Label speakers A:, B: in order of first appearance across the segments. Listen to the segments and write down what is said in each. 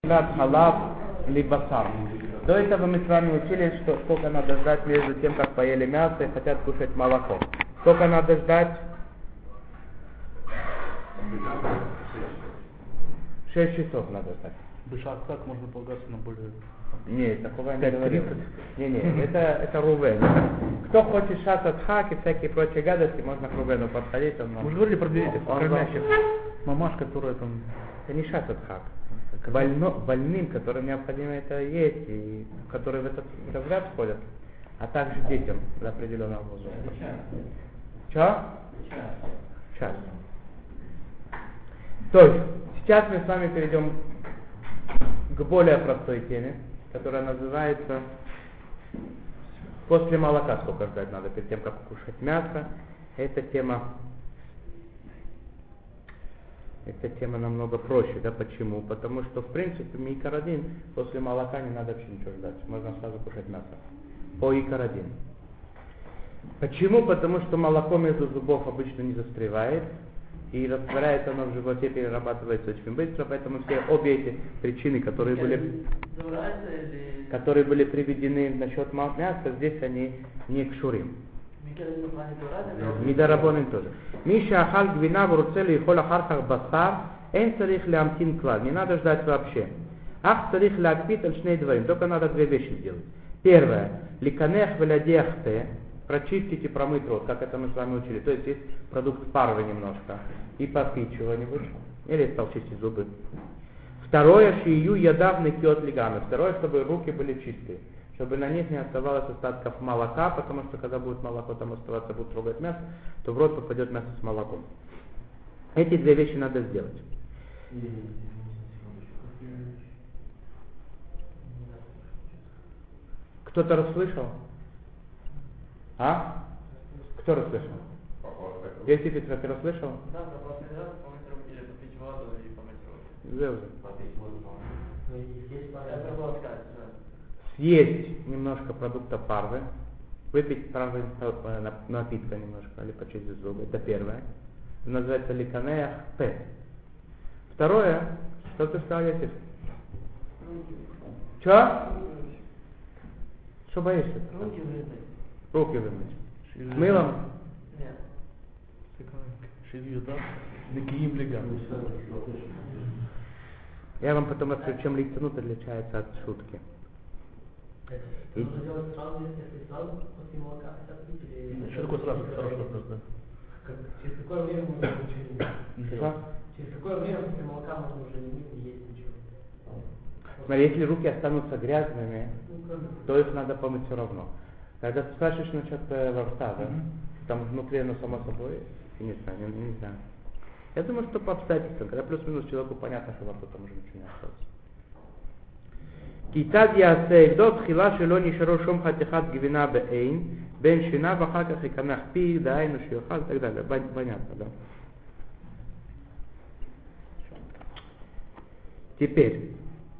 A: халав либо сам. До этого мы с вами учили, что сколько надо ждать между тем, как поели мясо и хотят кушать молоко. Сколько надо ждать? 6 часов надо ждать.
B: Бешак так можно полагаться на более...
A: Нет, такого я не говорил. Не, это Рувен. Кто хочет шасат хак и всякие прочие гадости, можно к Рувену подходить.
B: Мы же говорили про этих кормящих. Мамаш, которая там...
A: Это не шасат хак. Больным, которым необходимо это есть, и которые в этот разряд входят, а также детям до определенного возраста. Что? Час. То есть, сейчас мы с вами перейдем к более простой теме, которая называется после молока сколько ждать надо перед тем, как кушать мясо. Эта тема намного проще, да, почему? Потому что, в принципе, икар-один после молока не надо вообще ничего ждать, можно сразу кушать мясо. По икар-один. Почему? Потому что молоко между зубов обычно не застревает, и растворяется оно в животе, перерабатывается очень быстро, поэтому обе эти причины, которые были приведены насчет мяса, здесь они не кшурим. Мидарабонин тоже. Миша ахаль гвина вруцели и хола хархах басар, эн царих лямтин клад. Не надо ждать вообще. Ах царих лякпит альшней дворим. Только надо две вещи сделать. Первое. Ликанех велядехте. Прочистить и промыть рот, как это мы с вами учили. То есть продукт парвы немножко. И попить чего-нибудь. Или стал чистить зубы. Второе. Шию ядавный киот лиганы. Второе, чтобы руки были чистые. Чтобы на них не оставалось остатков молока, потому что когда будет молоко там оставаться, будет трогать мясо, то в рот попадет мясо с молоком. Эти две вещи надо сделать. Кто-то расслышал? А? Кто расслышал? Если ты расслышал?
C: Да, пропасный раз, помыть руки или попить воду и помыть руки. Попить воду, я забыл сказать,
A: съесть немножко продукта парвы, выпить парвы напитка немножко, или почистить зубы. Это первое. Это называется ликанеях п. Второе, что ты сказал, Ясиф? Что? Что боишься?
C: руки вымыть.
A: Руки вымыть. С мылом?
C: Нет.
B: Шевью, да? Накиим легам.
A: Я вам потом расскажу, чем ликтанут отличается от шутки.
D: Нужно делать сразу, если сразу после молока хотят пить или...
B: Что такое сразу? Хороший вопрос, да.
D: Через какое время можно уже
A: Что?
D: Через какое время после молока можно уже не мыть, не есть ничего?
A: Смотри, если руки останутся грязными, то их надо помыть все равно. Когда ты спрашиваешь насчет рта, да? Там внутри оно само собой, не знаю, не знаю. Я думаю, что по обстоятельствам, когда плюс-минус человеку понятно, что во рту там уже ничего не осталось. כיצד יעשה יבדוק תחילה שלא נשארו שום חתיכת גבינה בעין בין שינה ואחר כך יקנח פי דהיינו שיאכל так далее. Понятно, да? Теперь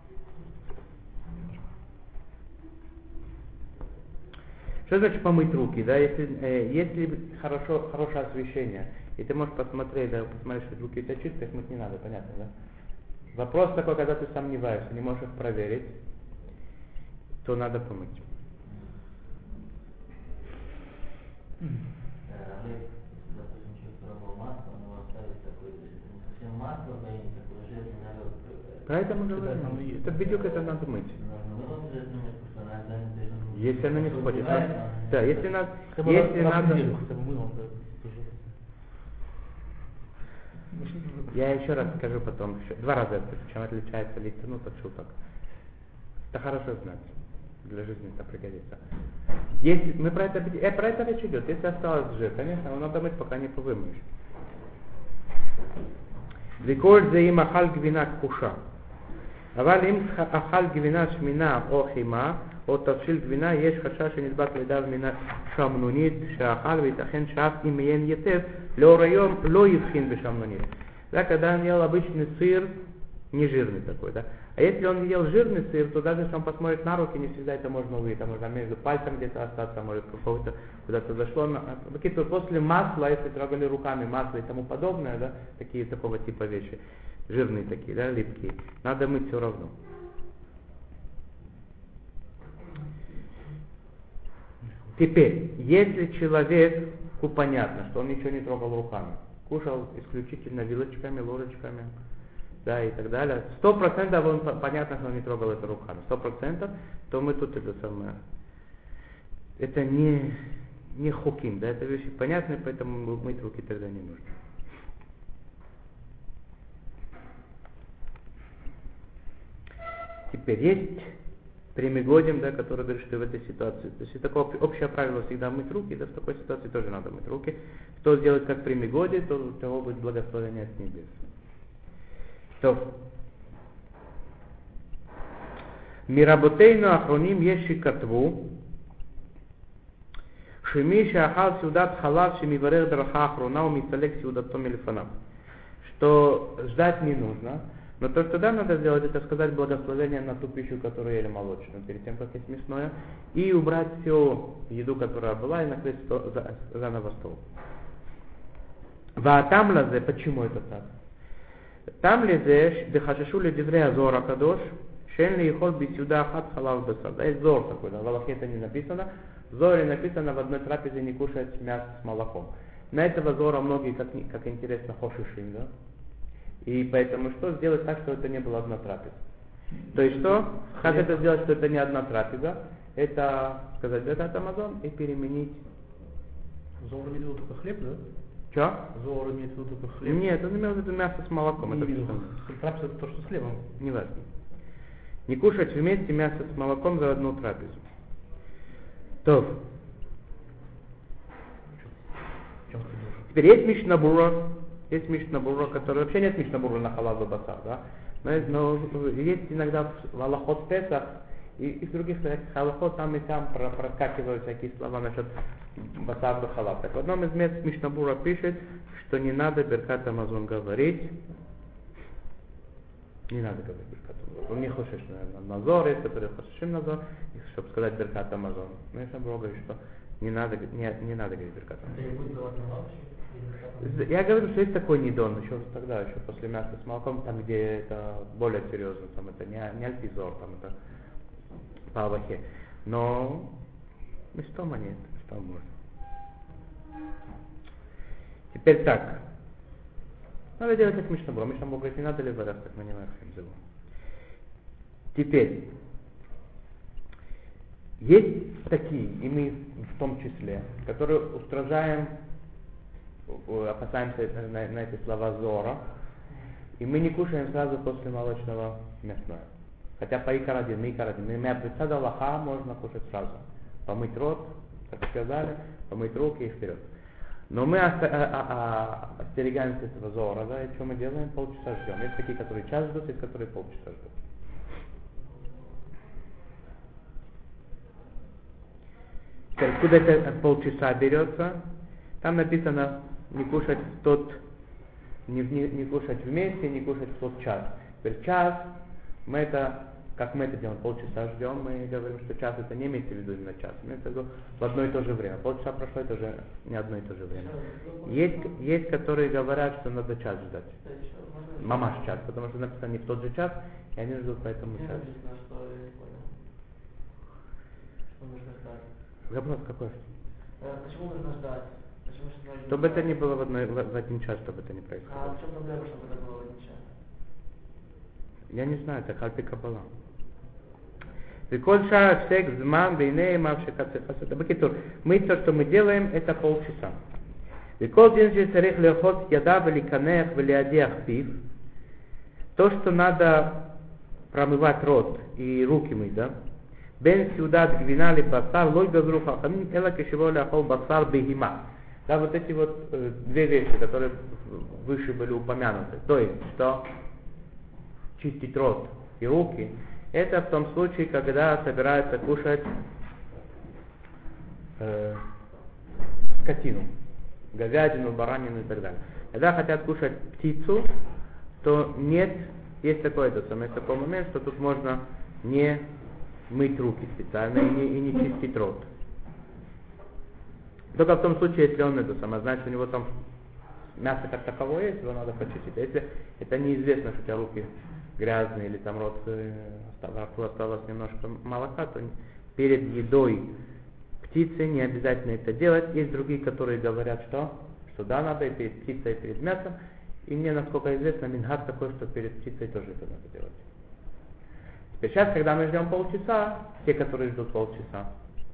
A: что значит помыть руки, да? Если хорошее освещение, и ты можешь посмотреть, да, посмотреть, что руки у тебя чистые, их мыть не надо, понятно, да? Вопрос такой, когда ты сомневаешься, не можешь их проверить, то надо помыть. Поэтому говорим, это бедюк, это надо мыть. Если оно не сходит. Да, если надо. Я еще раз скажу потом, два раза, чем отличается ликтанут от шуток. Это хорошо знать. Для жизни это пригодится. Если мы про это речь идет. Если осталось жир, конечно, его надо мыть, пока не повымоешь. Виколь за им ахаль гвина куша. אבל אם אכל גבינה שמינה או חימה או תבשיל גבינה יש חשש שנדבק לידיו מן השמנונית שאכל וייתכן שאף אם יין היטב לאור היום לא יבחין בשמנונית. Да, когда он ел обычный сыр, не жирный такой, да. А если он ел жирный сыр, то даже если он посмотрит на руки, не всегда это можно увидеть. Там можно между пальцем где-то остаться, может какого-то куда-то зашло. После масла, если трогали руками масло и тому подобное, да, такого типа вещи, жирные такие, да, липкие, надо мыть все равно. Теперь, если человеку понятно, что он ничего не трогал руками, кушал исключительно вилочками, ложечками, да, и так далее, 100% он понятно, что он не трогал это руками, 100%, то мы тут это самое, это не хуким, да, это вещи понятные, поэтому мыть руки тогда не нужно. Теперь есть Примегодим, да, который говорит, что в этой ситуации, то есть такое общее правило всегда мыть руки, да, в такой ситуации тоже надо мыть руки. Кто сделает как Примегоди, то у того будет благословение от небес. То Миработейну ахроним еши катву, шемиша ахал сюдат халав шемиварех драха ахрона умисалек сюдатом эльфанав. Что ждать не нужно. Но то, что да, надо сделать, это сказать благословение на ту пищу, которую ели молочную, перед тем, как есть мясное, и убрать всю еду, которая была, и накрыть заново стол. Там лазе, почему это так? Там лазе, дехашишу ли диврея зора кадош, шен ли ихол бисюда хат халав бесад. Да, есть зор такой, да, в Аллахе это не написано. В зоре написано, в одной трапезе не кушать мясо с молоком. На этого зора многие, как интересно, хошишим, да? И поэтому что? Сделать так, чтобы это не была одна трапеза. То есть что? Как это сделать, что это не одна трапеза? Это сказать Беркат Амазон и переменить.
B: Зор имеет в виду только хлеб, да?
A: Что?
B: Зор имеет в виду только хлеб.
A: Нет, он имел в виду мясо с молоком.
B: Не
A: это
B: видел. Трапеза это то, что с хлебом.
A: Не важно. Не кушать вместе мясо с молоком за одну трапезу. То. Теперь есть Мишнабура. Есть Мишнабура, который вообще нет Мишнабура на халал и басар, да? Но есть иногда в Аллахот Песах и в других халахот там и там проскакивают всякие слова насчет басар и халал. Так в одном из мест Мишнабура пишет, что не надо Беркат Амазон говорить. Не надо говорить Беркат Амазон. Он не хочет, наверное, назор, есть, который хочет назор, чтобы сказать Беркат Амазон. Но Мишнабура говорит, что не надо говорить Беркат Амазон. Я говорю, что есть такой нидон, еще тогда, еще после мяса с молоком, там где это более серьезно, там это не альпизор, там это по Аллахе. Но местома нет, местома можно. Теперь так. Надо делать как Мишнабура. Мишнабура говорит, не надо ли выраз, так мы не знаем. Теперь. Есть такие, и мы в том числе, которые устражаем, опасаемся на эти слова зора, и мы не кушаем сразу после молочного мясное. Хотя по икарадин, мябрица до Аллаха можно кушать сразу. Помыть рот, как сказали, помыть руки и вперед. Но мы остерегаемся этого зора, да, и что мы делаем? Полчаса ждем. Есть такие, которые час ждут, есть которые полчаса ждут. Теперь, откуда это полчаса берется? Там написано не кушать в тот, не кушать вместе, не кушать в тот час. Теперь час, мы это, как мы это делаем, полчаса ждем, мы говорим, что час это не имеется в виду именно час, имеется в виду в одно и то же время. Полчаса прошло, это уже не одно и то же время. Есть которые говорят, что надо час ждать. Мамаш час, потому что написано не в тот же час, и они ждут по этому часу. Вопрос какой?
C: Почему нужно ждать?
A: Чтобы это не было в один час, чтобы это не происходило.
C: А в чем проблема, чтобы это было в один час?
A: Я не знаю, это хальпи каббала. Виколь шара всех зман бейней мавши кацефасута. Бакитур, мы то, что мы делаем, это полчаса. Виколь динджи царих лехот яда вели канех вели адех пив. То, что надо промывать рот и руки мыть, да? Бен сюдат гвинали басар лой газруха хамин эла кешево ляхол басар бегима. Да, вот эти вот две вещи, которые выше были упомянуты. То есть, что чистить рот и руки, это в том случае, когда собираются кушать скотину, говядину, баранину и так далее. Когда хотят кушать птицу, то нет, есть такой момент, что тут можно не мыть руки специально и не чистить рот. Только в том случае, если он значит, у него там мясо как таковое есть, его надо почистить. А если это неизвестно, что у тебя руки грязные или там рот осталось немножко молока, то перед едой птицы, не обязательно это делать. Есть другие, которые говорят, что да, надо и перед птицей, и перед мясом. И мне, насколько известно, минхаг такой, что перед птицей тоже это надо делать. Теперь сейчас, когда мы ждем полчаса, те, которые ждут полчаса,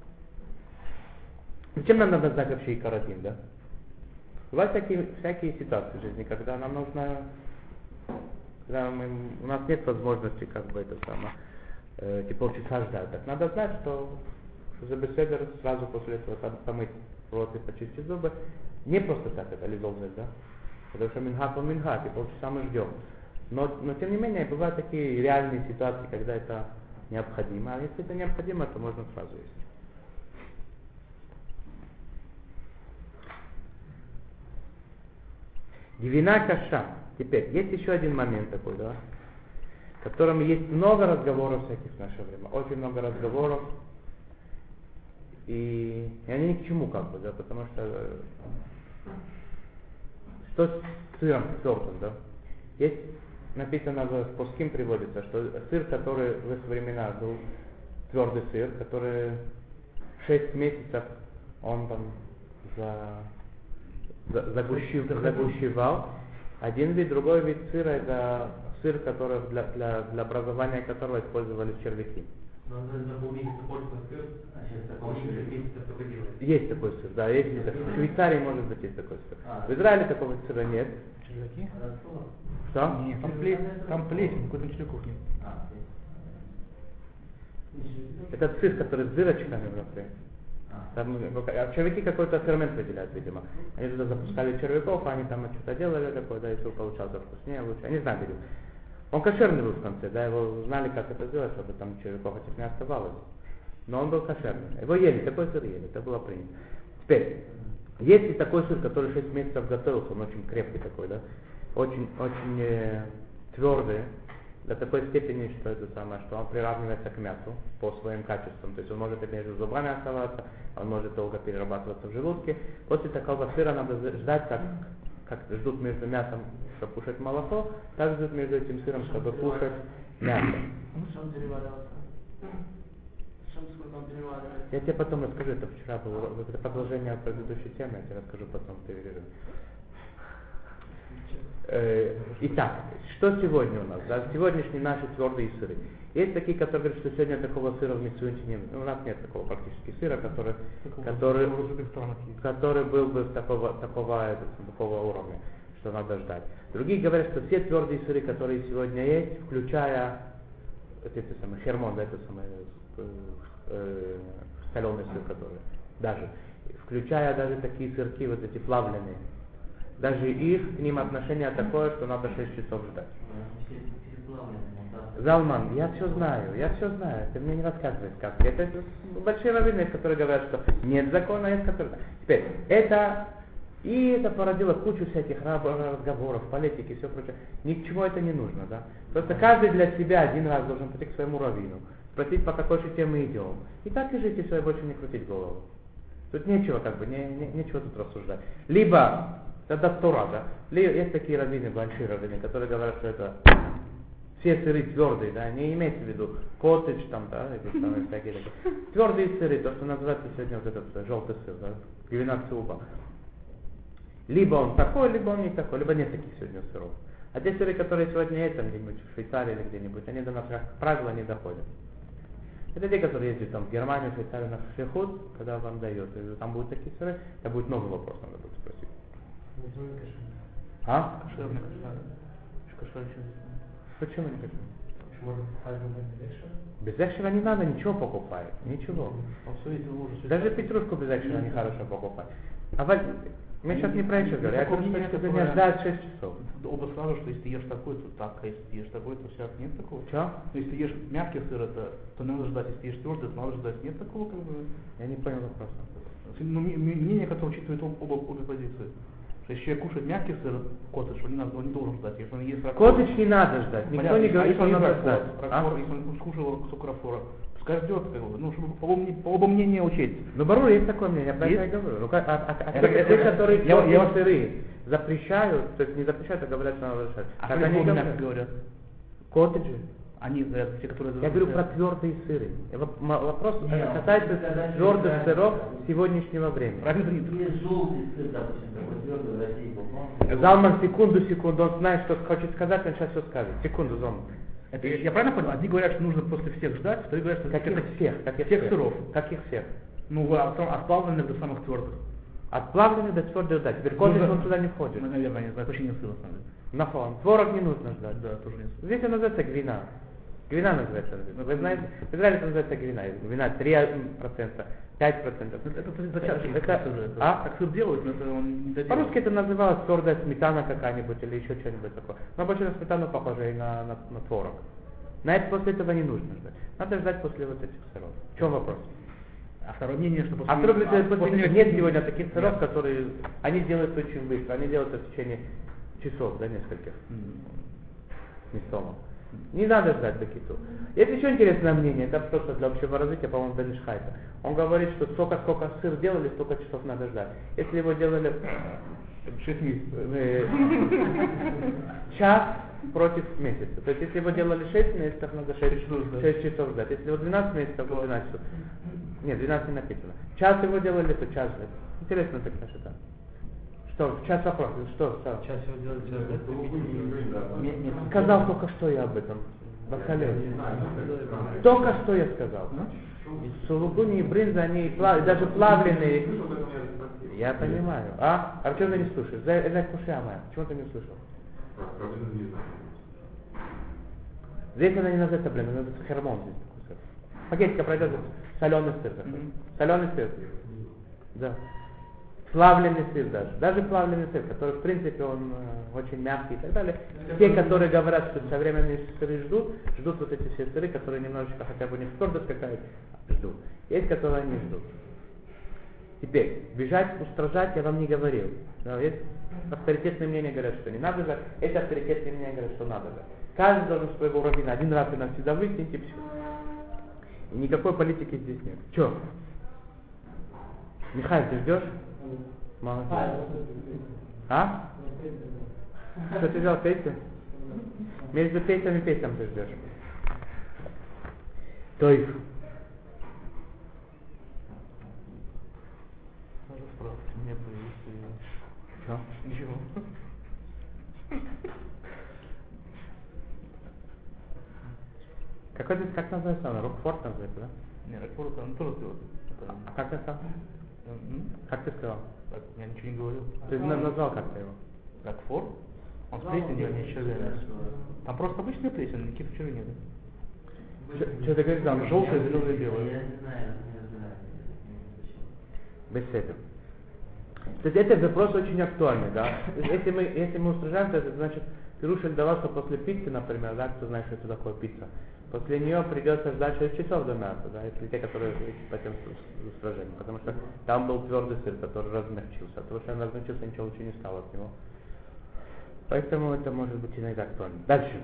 A: зачем нам надо знать вообще икарадин, да? Бывают всякие ситуации в жизни, когда нам нужно, когда у нас нет возможности как бы это самое, эти полчаса ждать. Так надо знать, что за беседер сразу после этого помыть рот и почистить зубы. Не просто так это лизолзель, да? Потому что минхак он минхак, и полчаса мы ждем. Но тем не менее, бывают такие реальные ситуации, когда это необходимо. А если это необходимо, то можно сразу есть. Гвина каша. Теперь, есть еще один момент такой, да, в котором есть много разговоров всяких в наше время. Очень много разговоров. И они ни к чему как бы, да, потому что с сыром твердым, да. Есть написано в Пуским приводится, что сыр, который в их времена был твердый сыр, который 6 месяцев он там загущевал. Один вид, другой вид сыра это сыр, который для образования которого использовали червяки.
C: Но за полмесяца пользовался сыр, а сейчас за полмесяца только делает.
A: Есть такой сыр, да, есть. В Швейцарии может быть есть такой сыр. В Израиле такого сыра нет.
B: Червяки?
A: Что?
B: Нет, там плесень, какой-то червяков нет.
A: Это сыр, который с дырочками внутри. Там червяки какой-то фермент выделяют, видимо. Они туда запускали червяков, они там что-то делали такое, да, и сыр получался вкуснее, лучше. Я не знаю, видимо. Он кошерный был в конце, да, его знали, как это сделать, чтобы там червяков этих не оставалось. Но он был кошерный. Его ели, такой сыр ели, это было принято. Теперь, есть и такой сыр, который 6 месяцев готовился, он очень крепкий такой, да, очень твердый, до такой степени, что это самое, что он приравнивается к мясу по своим качествам. То есть он может и между зубами оставаться, он может долго перерабатываться в желудке. После такого сыра надо ждать, как ждут между мясом, чтобы кушать молоко, так ждут между этим сыром, чтобы кушать мясо. Я тебе потом расскажу, это вчера было, это продолжение предыдущей темы, я тебе расскажу потом в перерыве. Итак, что сегодня у нас? Да? Сегодняшние наши твердые сыры. Есть такие, которые говорят, что сегодня такого сыра в Мицуинте нет. У нас нет такого практически сыра, который был бы такого уровня, что надо ждать. Другие говорят, что все твердые сыры, которые сегодня есть, включая это самое хермон, да, это самое соленый сыр, который даже, включая даже такие сырки, вот эти плавленые. Даже их, к ним отношение такое, что надо 6 часов ждать. Залман, я все знаю, ты мне не рассказывай сказки. Это большие раввины, которые говорят, что нет закона, есть которые... Теперь, это породило кучу всяких разговоров, политики и все прочее. Ни к чему это не нужно, да. Просто каждый для себя один раз должен пойти к своему раввину, спросить, по какой же мы идем. И так и жить, и все, и больше не крутить голову. Тут нечего нечего тут рассуждать. Либо тогда Тора, да? Есть такие раввины, большие раввины, которые говорят, что это все сыры твердые, да, не имеется в виду коттедж там, да, эти самые всякие такие. Твердые сыры, то, что называется сегодня вот этот желтый сыр, да, гвина цуба. Либо он такой, либо он не такой, либо нет таких сегодня сыров. А те сыры, которые сегодня есть там где-нибудь в Швейцарии или где-нибудь, они до нас, как правило, не доходят. Это те, которые ездят там в Германию, в Швейцарию на шехуд, когда вам дают, и там будут такие сыры, это будет новый вопрос, надо будет спросить. А?
B: Кошерный, кошерный.
A: Почему не хочу?
D: Можно покупать без
A: Без экшера не надо ничего покупать, ничего. Даже петрушку без экшера нехорошо покупать. Мы сейчас не про экшер говорим, я говорю, что ты не ждать 6 часов.
B: Оба скажут, что если ты ешь такой, то так, а если ты ешь такой, то всяк. Нет такого?
A: Че?
B: Если ты ешь мягкий сыр, то надо ждать, если ты ешь твердый, то надо ждать. Нет такого как бы?
A: Я не понял вопроса.
B: Мнение, которое учитывает обе позиции. Что если человек кушает мягкий сыр, коттедж, он не должен ждать. Если он ест ракфор,
A: коттедж не надо ждать, никто не говорит, что надо ждать.
B: Если он скушал кусок ракфора, пускай ждет, чтобы оба мнения учесть.
A: Ну, Барур, есть такое мнение, я про это и говорю. Те, которые твердые сыры запрещают, то есть не запрещают, а говорят, что надо ждать.
B: А как они говорят?
A: Коттеджи.
B: Они, те, которые...
A: Я говорю про твердые сыры. Вопрос касается твердых сыров сегодняшнего времени.
C: Есть желтый сыр, допустим, такой твердый в России был.
A: Залман, секунду, он знает, что хочет сказать, он сейчас все скажет. Секунду, Залман.
B: Это, я правильно понял? Одни говорят, что нужно после всех ждать, вторые говорят, что...
A: Каких всех?
B: Всех сыров.
A: Каких всех?
B: Ну, от плавленных до самых твердых.
A: От плавленных до твердых, да. Теперь кондис он туда не входит.
B: Наверное, не знаю, это очень не сыр, на самом деле.
A: Нахон. Творог не нужно ждать.
B: Да, тоже не сыр.
A: Здесь он называется гвина. Гвина называется. Вы знаете, в Израиле это называется гвина. Гвина 3%, 5%.
B: Так сыр делают, но это он не доделает.
A: По-русски это называлось твердая сметана какая-нибудь или еще что-нибудь такое. Но больше на сметану похоже и на творог. После этого не нужно ждать. Надо ждать после вот этих сыров. В чем вопрос?
B: А второе мнение, что после...
A: После нет сегодня таких сыров, которые... Они делают очень быстро. Они делают это в течение часов, да, нескольких. Местом. Не надо ждать до киту. Есть еще интересное мнение, это просто для общего развития, по-моему, Бен Иш Хайта. Он говорит, что сколько сыр делали, столько часов надо ждать. Если его делали
B: 6 месяцев.
A: Час против месяца. То есть если его делали 6 месяцев, надо 6 часов ждать. Если его 12 месяцев, то 12 часов. Нет, 12 не написано. Час его делали, то час ждать. Интересно так что там. Что, час вопрос, что?
C: Час его делали, час ждать.
A: Сказал только что я об этом. Только что я сказал. Сулугуни и брынза, они даже плавленые. Я понимаю. А почему ты не слушаешь? Это кушамая. Почему ты не слышал? Здесь она не называется блин, она называется хермон. Здесь такой сыр. Пакетика пройдет, соленый сыр такой. Соленый сыр. Да. Плавленый сыр даже плавленый сыр, который в принципе он очень мягкий и так далее. Те, которые говорят, что современные сыры ждут вот эти все сыры, которые немножечко хотя бы не твердость какая-то ждут. Есть, которые не ждут. Теперь, бежать, устражать я вам не говорил. Но есть авторитетные мнения говорят, что не надо ждать, эти авторитетные мнения говорят, что надо ждать. Каждый должен своего раввина один раз и навсегда выяснить и все. И никакой политики здесь нет. Че? Михаил, ты ждешь? Молодец. А? Что ты взял, песню? Между песням и песням ты ждешь. Тойф.
B: Справки мне появился.
A: Что?
B: Ничего.
A: Как называется она? Рокфорд называется, да?
B: Не, Рокфорд он тоже сделал.
A: Как ты сказал? Как ты сказал?
B: Так, я ничего не говорил.
A: Ты назвал как-то его?
B: Рокфорд? Он с плесенью, а не с червями. Там просто обычный плесень, никаких червей нет.
A: Что ты говоришь, там
B: желтое, зеленое, белое.
C: Я не знаю,
A: Беседа. То есть этот вопрос очень актуальный, да? Если мы устражаемся, это значит, Пирушель давал, что после пиццы, например, да, кто знает, что это такое пицца, после нее придется ждать 6 часов до мяса, да, если те, которые по тем устражениям, потому что там был твердый сыр, который размягчился, от того, что он размягчился, ничего лучше не стало от него. Поэтому это может быть иногда актуально. Дальше.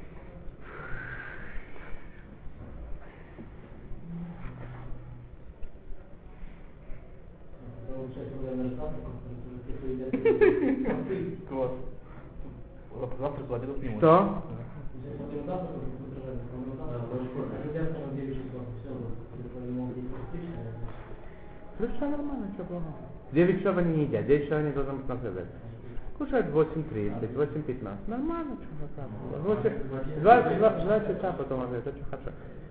B: Класс. Завтра обедать не может.
A: Что? Ну все нормально, что плохого. 9 часов они не едят, 9 часов они должны быть на следует. Кушают 8:30, 8:15. Нормально, что так. 2 часа потом обед, очень хорошо.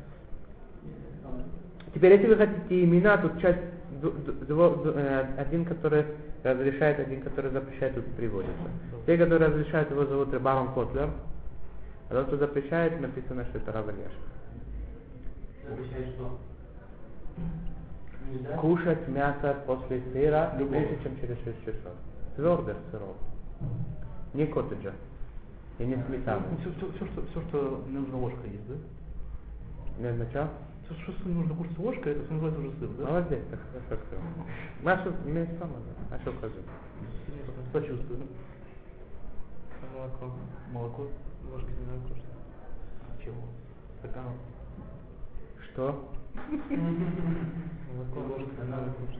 A: Теперь, если вы хотите имена, тут часть один, который разрешает, один, который запрещает, тут приводится. Те, которые разрешают, его зовут Рабарон Котлер, а тот, кто запрещает, написано, что это Рав Ильяш.
C: Запрещает что?
A: Кушать мясо после сыра меньше, чем через 6 часов. Твердых сыров. Не коттеджа. И не сметаны.
B: Все, что нужно ложка есть, да?
A: Не знаю,
B: Все, что нужно кушать ложкой, это называется уже сыр, да?
A: молодец, так хорошо сказал. Машу место надо, а что скажи?
B: Сочувствую.
C: Молоко.
B: Молоко.
C: Ложка не надо кушать.
B: Чего? Стаканов.
A: Что?
C: Молоко ложка не надо кушать.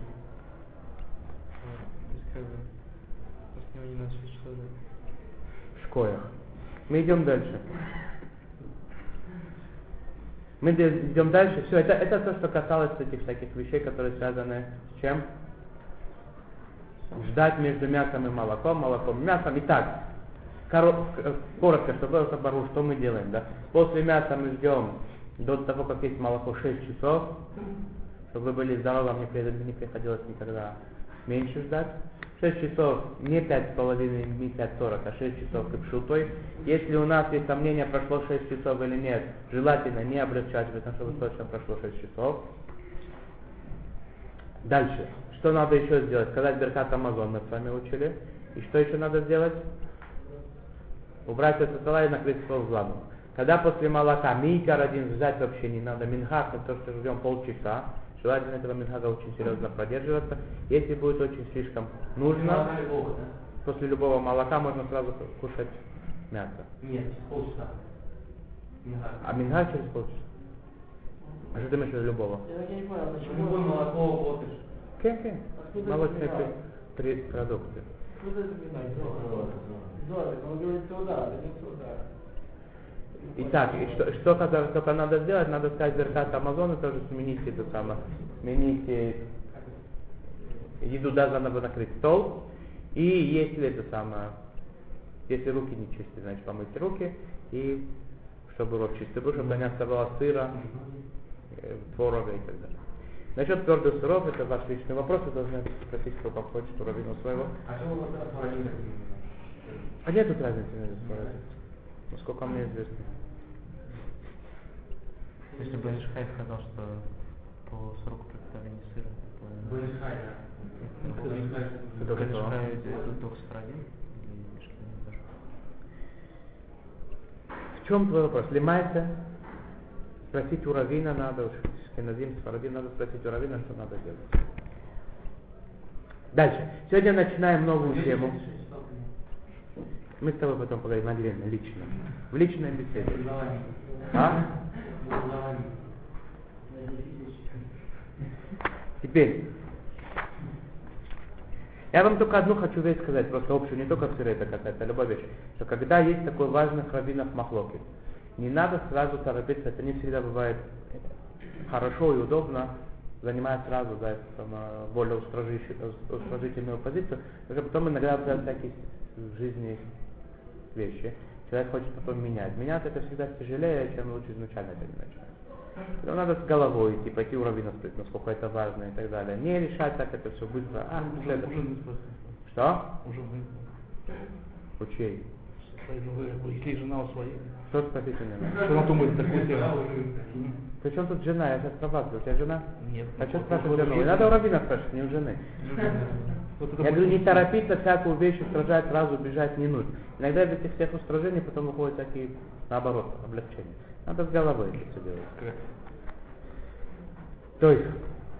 C: То есть как бы после него не надо 6 часов ждать.
A: В школах. Мы идем дальше. Мы идем дальше. Все, это то, что касалось этих всяких вещей, которые связаны с чем? Ждать между мясом и молоком, и мясом. Итак, коротко, чтобы было собору, что мы делаем, да? После мяса мы ждем до того, как есть молоко, 6 часов, чтобы вы были здоровы, вам не приходилось никогда меньше ждать. 6 часов, не 5,5, не 5:40, а 6 часов кипшутой. Если у нас есть сомнения, прошло 6 часов или нет, желательно не облегчать, потому что точно прошло 6 часов. Дальше. Что надо еще сделать? Сказать Беркат Амазон мы с вами учили. И что еще надо сделать? Убрать это стола и накрыть стол зладом. Когда после молока микар один ждать вообще не надо. Минхаг, то, что ждем полчаса. Желательно этого минхага очень серьезно продерживаться. Если будет очень слишком нужно, после любого молока можно сразу кушать мясо.
C: Нет, полчаса.
A: А минхаг через полчаса? А что ты имеешь в виду любого?
D: Я не понял, почему...
C: Любое молоко вот
A: Кем? Молочные продукты.
D: Откуда это понимаете? Зоры, он говорит туда, да не туда.
A: Итак, что только надо сделать, надо сказать Беркат Амазон и тоже сменить это самое. Сменить еду, да, заново накрыть стол. И если это самое, если руки не чистые, значит помыть руки. И чтобы рот чистый был, чтобы не оставалось сыра, творога и так далее. Насчет твердых сыров, это ваш личный вопрос, вы должны спросить, кто там хочет, у раввина своего.
C: А что у вас отварили?
A: А нет тут разницы между сырами, насколько мне известно.
E: Если бы Эшхай сказал, что по сроку приготовления сыра, то...
C: Беншхай,
A: Кто
E: Эшхай это только сфарадим?
A: В чем твой вопрос? Лимайся? Спросить у раввина надо, Шкеназим, Сфарадим, надо спросить у раввина, что надо делать. Дальше. Сегодня начинаем новую тему. Мы с тобой потом поговорим отдельно, лично. В личной беседе. А? Теперь. Я вам только одну хочу вещь сказать, просто общую, не только сыры это касается, а любая вещь. Что когда есть такой важный раввинов махлокит, не надо сразу торопиться, это не всегда бывает хорошо и удобно занимать сразу более устражительную позицию, потому что потом иногда всякие в жизни вещи человек хочет потом менять. Менять это всегда тяжелее, чем лучше изначально это не начинать. Поэтому надо с головой идти, пойти у раввина спросить, насколько это важно и так далее. Не решать так это все быстро.
B: Уже не спросил.
A: Что?
B: Уже вы.
A: У чьей?
B: Если жена у своей.
A: Что спросить у него?
B: Что она думает такую тему?
A: Причем тут жена? Я сейчас спрашиваю, у тебя жена?
B: Нет.
A: А что спрашивать жену? И надо у раввина спрашивать, не у жены. Я говорю, не торопиться, всякую вещь устражать, сразу бежать не нужно. Иногда из этих всех устражений потом выходят такие, наоборот, облегчения. Надо с головой это все делать. То есть,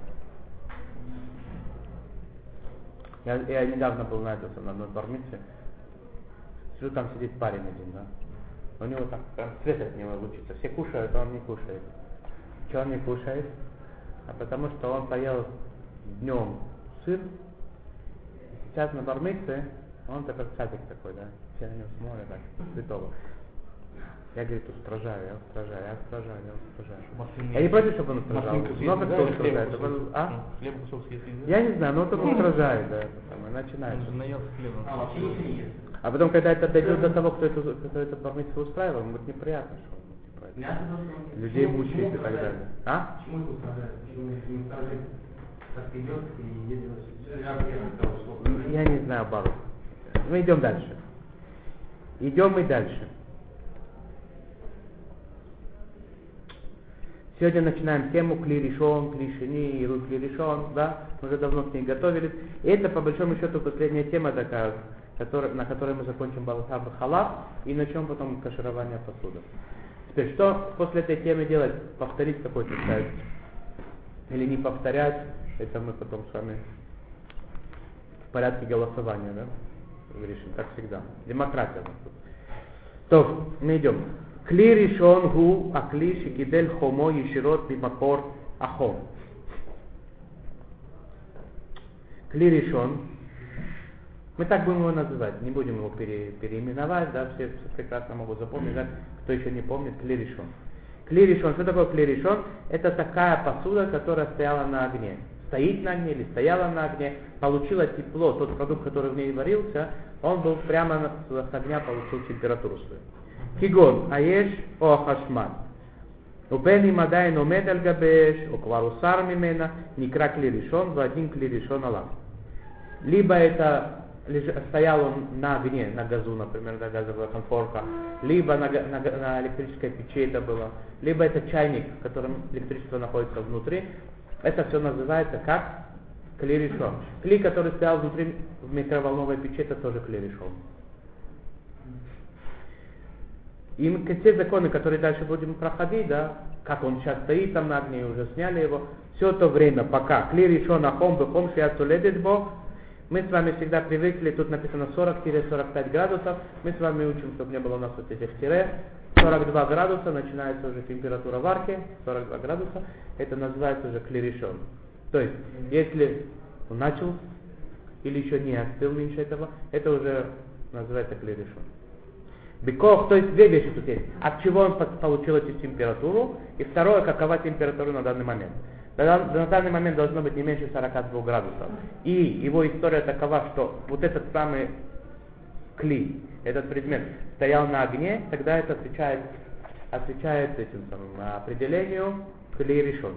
A: я недавно был на одной бармитве, сижу, там сидит парень один, да. У него так прям свет от него лучится. Все кушают, а он не кушает. Чего он не кушает? А потому что он поел днем сыр. Сейчас на бармитве он такой садик такой, да. Все на него смотрят так, святого. Я, говорит, устражаю. Я не против, чтобы он устражал. Много кто устражает.
B: Хлеб кусок съесть нельзя?
A: Я не знаю, но он только устражает, да. Начинается.
E: Он же наелся хлебом.
C: А, вообще ничего не ест.
A: А потом, когда это дойдет до того, кто это бармитву устраивал, ему будет неприятно, что он
C: Мясо просто...
A: людей мучает и так далее. А?
C: Почему это устражает? Почему не устражает? Так идет и едет.
A: Я не знаю, Бару. Мы идем дальше. Идем мы дальше. Сегодня начинаем тему Кли Ришон, Кли Шини, Иру Кли Ришон, да? Мы уже давно к ней готовились. И это, по большому счету, последняя тема такая, на которой мы закончим Балахаб Халав и начнем потом каширование посуды. Теперь, что после этой темы делать? Повторить какой-то сайт? Или не повторять? Это мы потом с вами в порядке голосования, да? Решим, как всегда. Демократия у нас тут. То, мы идем. Кли ришон гу акли шикидель хомо еширот мимакор ахом. Кли ришон. Мы так будем его называть, не будем его переименовать, да, все прекрасно могут запомнить, да, кто еще не помнит, кли ришон. Кли решен. Что такое кли решен? Это такая посуда, которая стояла на огне. Стоит на огне или стояла на огне, получила тепло. Тот продукт, который в ней варился, он был прямо с огня, получил температуру свою. Кигон, аеш, о хашман. Убени мадай но медаль габеш, о кварусар мимена, никра кли решен, в один кли решен алав. Либо это стоял он на огне, на газу, например, на газовая конфорка, либо на электрической печи это было, либо это чайник, в котором электричество находится внутри. Это все называется как кли решен. Кли, который стоял внутри в микроволновой печи, это тоже кли решен. И те законы, которые дальше будем проходить, да, как он сейчас стоит там на огне, уже сняли его, все то время, пока кли решен ахом бехом шиацуледет бо, мы с вами всегда привыкли, тут написано 40-45 градусов, мы с вами учим, чтобы не было у нас вот этих тире, 42 градуса, начинается уже температура варки, 42 градуса, это называется уже кли решен. То есть, если он начал или еще не остыл меньше этого, это уже называется кли решен. Бекох, то есть две вещи тут есть. От чего он получил эту температуру, и второе, какова температура на данный момент. На данный момент должно быть не меньше 42 градусов. И его история такова, что вот этот самый кли, этот предмет стоял на огне, тогда это отвечает этим самым определению кли решен.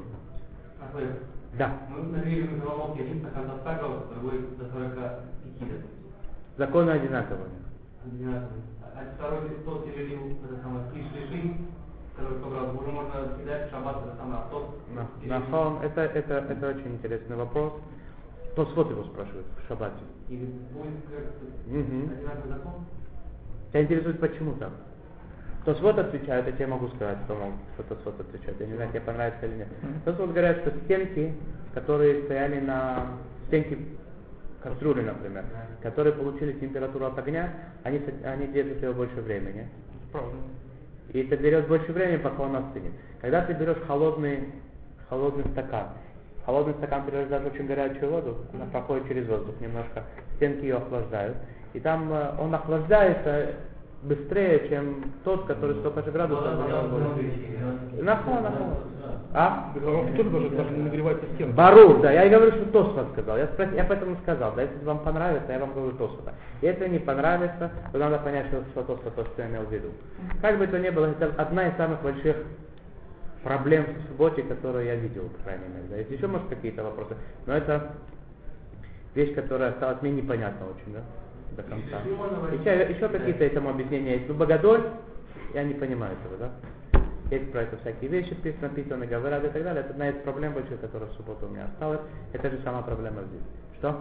A: Да.
C: Мы нагрели микроволновки, один стакан до 100 градусов, другой до 45.
A: Законы одинаковые.
C: А второй тот перелил, это самое, клиш-лиши, который 100 градусов, уже можно кидать в шаббат, это самое,
A: Нахон, это очень интересный вопрос. Тосфот его спрашивает в шаббате.
C: И будет как-то одинаковый закон?
A: Тебя интересует, почему так? Тосфот отвечает, я тебе могу сказать, что Тосфот отвечает. Я не знаю, тебе понравится или нет. Тосфот говорят, что стенки, которые стояли на стенки кастрюли, например, которые получили температуру от огня, они держат ее больше времени.
B: Правда.
A: И это берет больше времени, пока он остынет. Когда ты берешь холодный стакан, берешь даже очень горячую воду, она проходит через воздух немножко, стенки ее охлаждают, и там он охлаждается быстрее, чем тот, который столько же градусов. Нахон. А?
B: Микроволновка тоже даже не нагревается стенка.
A: Барур, да, я и говорю, что Тосфот сказал. Я поэтому сказал, да, если вам понравится, я вам говорю Тосфота. Если не понравится, то надо понять, что Тосфот то, что я имел в виду. Как бы то ни было, это одна из самых больших проблем в субботе, которую я видел, по крайней мере. Да. Есть еще, может, какие-то вопросы, но это вещь, которая осталась мне непонятна очень, да, до конца. Еще какие-то этому объяснения есть. Ну, Богодоль, я не понимаю этого, да. Есть про это всякие вещи написаны, говорят и так далее. Это одна из проблем больших, которая в субботу у меня осталась. Это же сама проблема здесь. Что?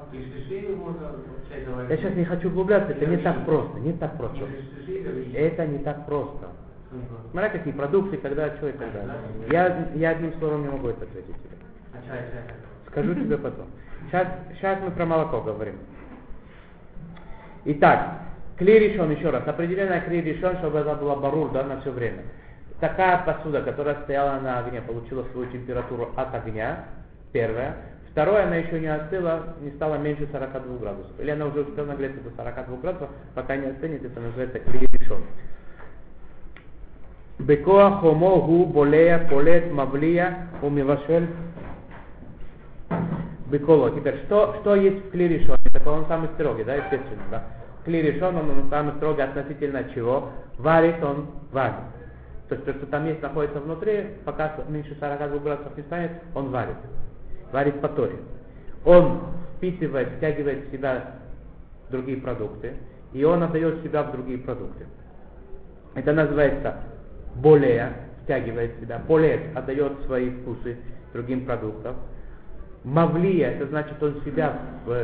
A: Я сейчас не хочу углубляться, это не так просто. Это не так просто. Смотря какие продукты, когда, что и так далее. Я одним словом не могу это ответить тебе. Скажу тебе потом. Сейчас мы про молоко говорим. Итак, кли решен, еще раз. Определенная кли решен, чтобы это была барур, да, на все время. Такая посуда, которая стояла на огне, получила свою температуру от огня, первое. Второе, она еще не остыла, не стала меньше 42 градусов. Или она уже успела нагреться до 42 градусов, пока не остынет, это называется кли решен. Бекоа хомо гу болея полет мавлия умивашель беколо. Теперь, что есть в кли решен? Такой он самый строгий, да, естественно, да. Кли решен, он самый строгий относительно чего? Варит он варит. То есть то, что там есть, находится внутри, пока меньше 42 градусов не станет, он варит. Варит по Торе. Он впитывает, втягивает в себя другие продукты, и он отдает себя в другие продукты. Это называется болея, втягивает в себя. Полет отдает свои вкусы другим продуктам. Мавлия, это значит, он себя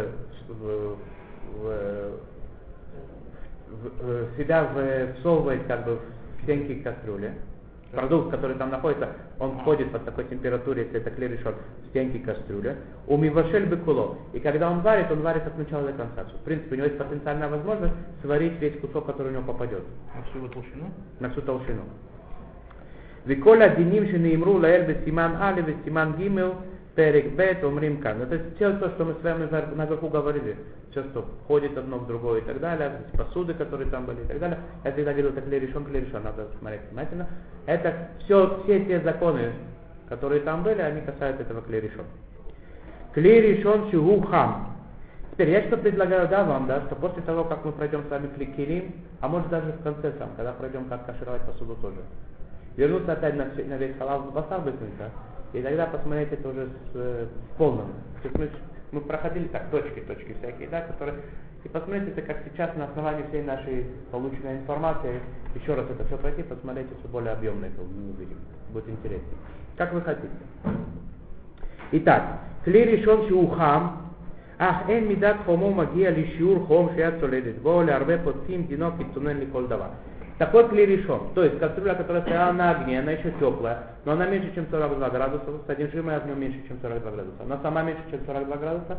A: всовывает как бы в стенки кастрюли. Продукт, который там находится, он входит под такой температурой, если это кли решен, в стенки кастрюли. Умивашель бекуло. И когда он варит от начала до конца. В принципе, у него есть потенциальная возможность сварить весь кусок, который у него попадет.
B: На всю толщину?
A: На всю толщину. Виколя диним шенеимру лаэль бесиман али бесиман гимел Перек Бет, Умрим Кан. То есть все то, что мы с вами наверху говорили, все, что входит одно в другое и так далее, посуды, которые там были и так далее. Я всегда говорил, это клей-решон, надо смотреть внимательно. Это все те законы, которые там были, они касаются этого клей-решон. Клей-решон шигу хам. Теперь я что предлагаю, вам, что после того, как мы пройдем с вами клей-келим, а может даже в конце сам, когда пройдем, как кашировать посуду тоже, вернуться опять на весь халал басар быстренько, и тогда посмотреть это уже с полным. То есть мы проходили так, точки всякие, которые... И посмотреть это, как сейчас на основании всей нашей полученной информации, еще раз это все пройти, посмотреть все более объемно это мы увидим. Будет интереснее. Как вы хотите. Итак, кли решен шиухам, ах эн мидат хомо магия ли шиур хом шиат соледит, воля арве подсим динок и тунен ли колдава. Такой кли решен, то есть кастрюля, которая стояла на огне, она еще теплая, но она меньше, чем 42 градуса, содержимое огня меньше, чем 42 градуса. Она сама меньше, чем 42 градуса.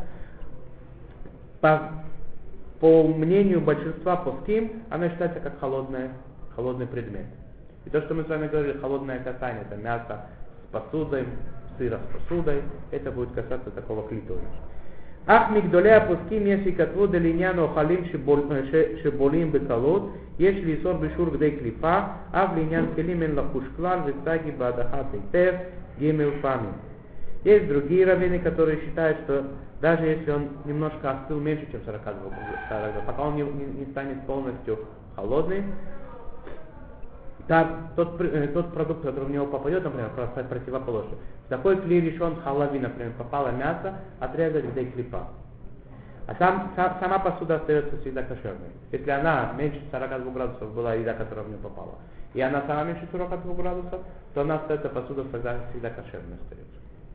A: По мнению большинства поским, она считается как холодный предмет. И то, что мы с вами говорили, холодное касание, это мясо с посудой, сыра с посудой, это будет касаться такого клитора. Ах мигдолея поским, если котву делиняну халим шиболим беколод, если сор бешур гдей клифа, а в линян келимен лахушклар, висаги бадахат эйтер, гемел памин. Есть другие раввины, которые считают, что даже если он немножко остыл меньше, чем 42 градусов, пока он не станет полностью холодный, тот продукт, который в него попадет, например, противоположный. Такой кли решен халави, например, попало мясо, отрезать где клипа. А сама посуда остается всегда кошерной. Если она меньше 42 градусов была еда, которая в нее попала, и она сама меньше 42 градусов, то она остается посуда всегда кошерной остается.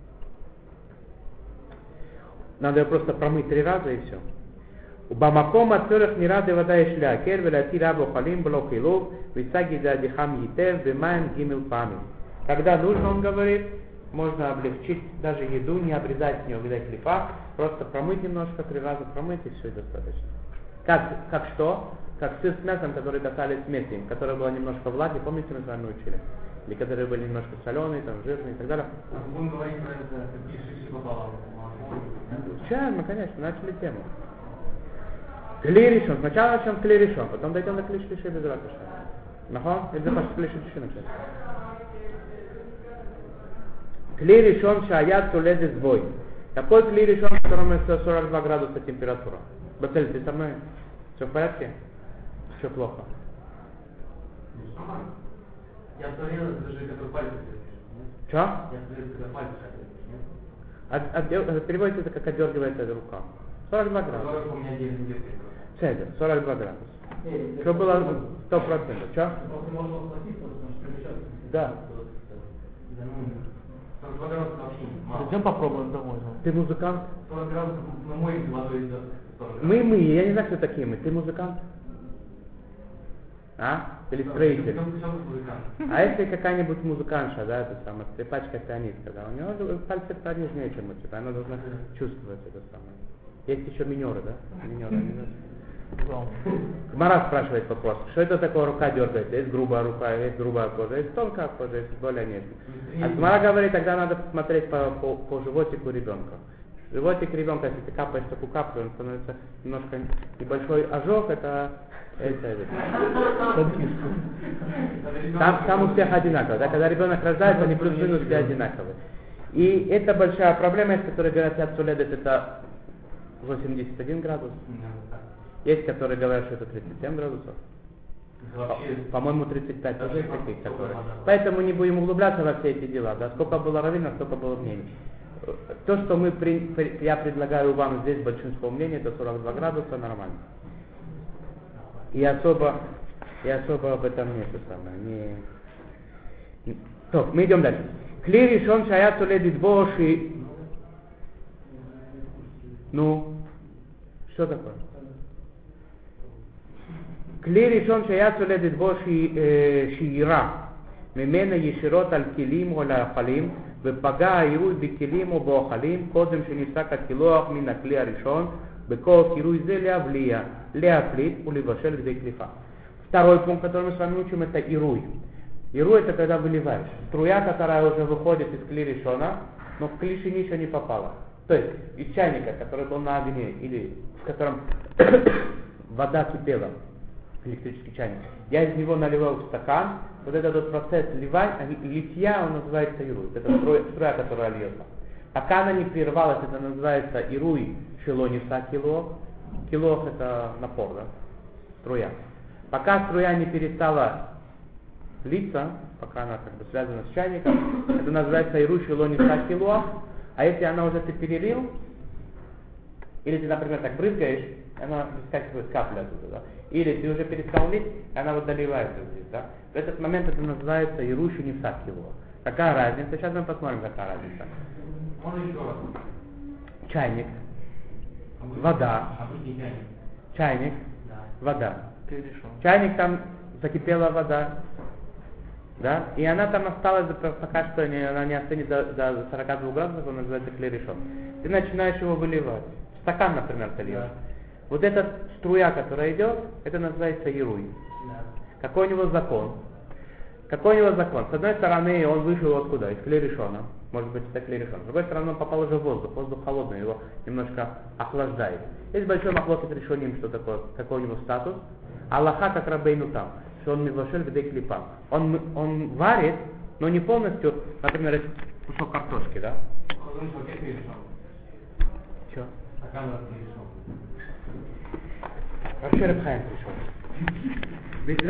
A: Надо ее просто промыть 3 раза и все. Бамаком отцорах не рады вода и шля, кервеляти рабу халим блок и лов, висаги да дихам етев, бимаем гимил памин. Когда нужно, он говорит, можно облегчить даже еду, не обрезать с нее где клипа, просто промыть немножко, 3 раза промыть и все достаточно. Как что? Как сыр с мясом, которые касались смеси, которая была немножко влаги, помните, мы с вами учили? Или которые были немножко соленые, там, жирные и так далее.
C: Будем говорить про это, какие шиши попало в молоко.
A: Сейчас мы, конечно, начали тему. Кли решен. Сначала начнем с кли решен, потом дойдем до кли шлиши без ратыша. Нахон? Или захочешь кли шлиши начать? Кли решен шаят тулезет сбой. Какой кли решен, в котором 42 градуса температура? Бацель, ты со мной? Все в порядке? Все плохо?
C: Я смотрел, даже который пальцы.
A: Что?
C: Я смотрел, когда пальцы.
A: Переводится это как отдергивается рука. 42 градуса.
C: У меня делен где-то.
A: Цезарь, 42 градуса. Что было 100%? Что? Да.
C: 42 градуса вообще мало.
B: Зачем попробуем домой?
A: Ты музыкант?
C: 40 градусов на мой водой до 40
A: Мы, я не знаю, кто такие мы. Ты музыкант? А? Или строитель? А если какая-нибудь музыкантша, да, это самая скрипачка, пианистка, да, у нее пальцы понежнее, чем у тебя, она должна чувствовать это самое. Есть еще минеры, да? Минеры, Гмара спрашивает вопрос, что это такое рука дергается? Есть грубая рука, есть грубая кожа, есть тонкая кожа, есть более нежная. А Гмара говорит, тогда надо посмотреть по животику ребенка. Животик ребенка, если ты капаешь такую каплю, он становится немножко небольшой ожог, это там у всех одинаково, да? Когда ребенок рождается, они плюс-минус все одинаковые. И это большая проблема, из которой говорят, отсуледет это 81 градус. Есть, которые говорят, что это 37 градусов. По-моему, 35 тоже есть таких, которые. Поэтому не будем углубляться во все эти дела. Да? Сколько было раввинов, столько было мнений. То, что я предлагаю вам здесь, большинство мнений, это 42 градуса, нормально. И особо об этом нету самое. Так, мы идем дальше. Кли решен шаят уледит боши. Ну, что такое? Кли решен шаят уледит боши шиира. Мемена еширот аль килим או לאכלים ופגע העירוי בכלים או באוכלים קודם שנפסק הקילוח מן הכלי הראשון בכל קירוי זה להפליט ולבשל כדי קליפה. Второй пункт, который мы с вами учим, это ируй. Иру это когда выливаешь. Струя, которая уже выходит из кли решона, но в кли шини еще не попала. То есть из чайника, который был на огне, или в котором вода кипела, электрический чайник, я из него наливаю в стакан, вот этот вот процесс литья, он называется ируй. Это струя, которая льется. Пока она не прервалась, это называется ируй шелониса кило. Кило это напор, да? Струя. Пока струя не перестала литься, пока она как бы связана с чайником, это называется ируй шелониса кило. А если она уже ты перелил, или ты, например, так брызгаешь, она выскакивает капля оттуда, да? Или ты уже перестал лить, и она вот доливается здесь, да? В этот момент это называется ируй шелониса кило. Какая разница? Сейчас мы посмотрим, какая разница.
C: Можно еще раз?
A: Чайник, вода,
C: Обычный чайник.
A: чайник, вода.
E: Клирешон.
A: Чайник там закипела вода, да, и она там осталась пока что, она не остынет до 42 градусов, он называется клерешон. Ты начинаешь его выливать. Стакан, например, ты льешь. Вот эта струя, которая идет, это называется ируй. Какой у него закон? Какой у него закон? С одной стороны, он вышел откуда? Из клерешона. Может быть, это клерешон. С другой стороны, он попал уже в воздух. Воздух холодный, его немножко охлаждает. Есть большой махлокет решением, что такое, какой у него статус. Аллаха как рабейну там. Что он мивашель бедей клипа. Он варит, но не полностью, например, это кусок картошки, да? Че? Вообще Раб Хаим пришел.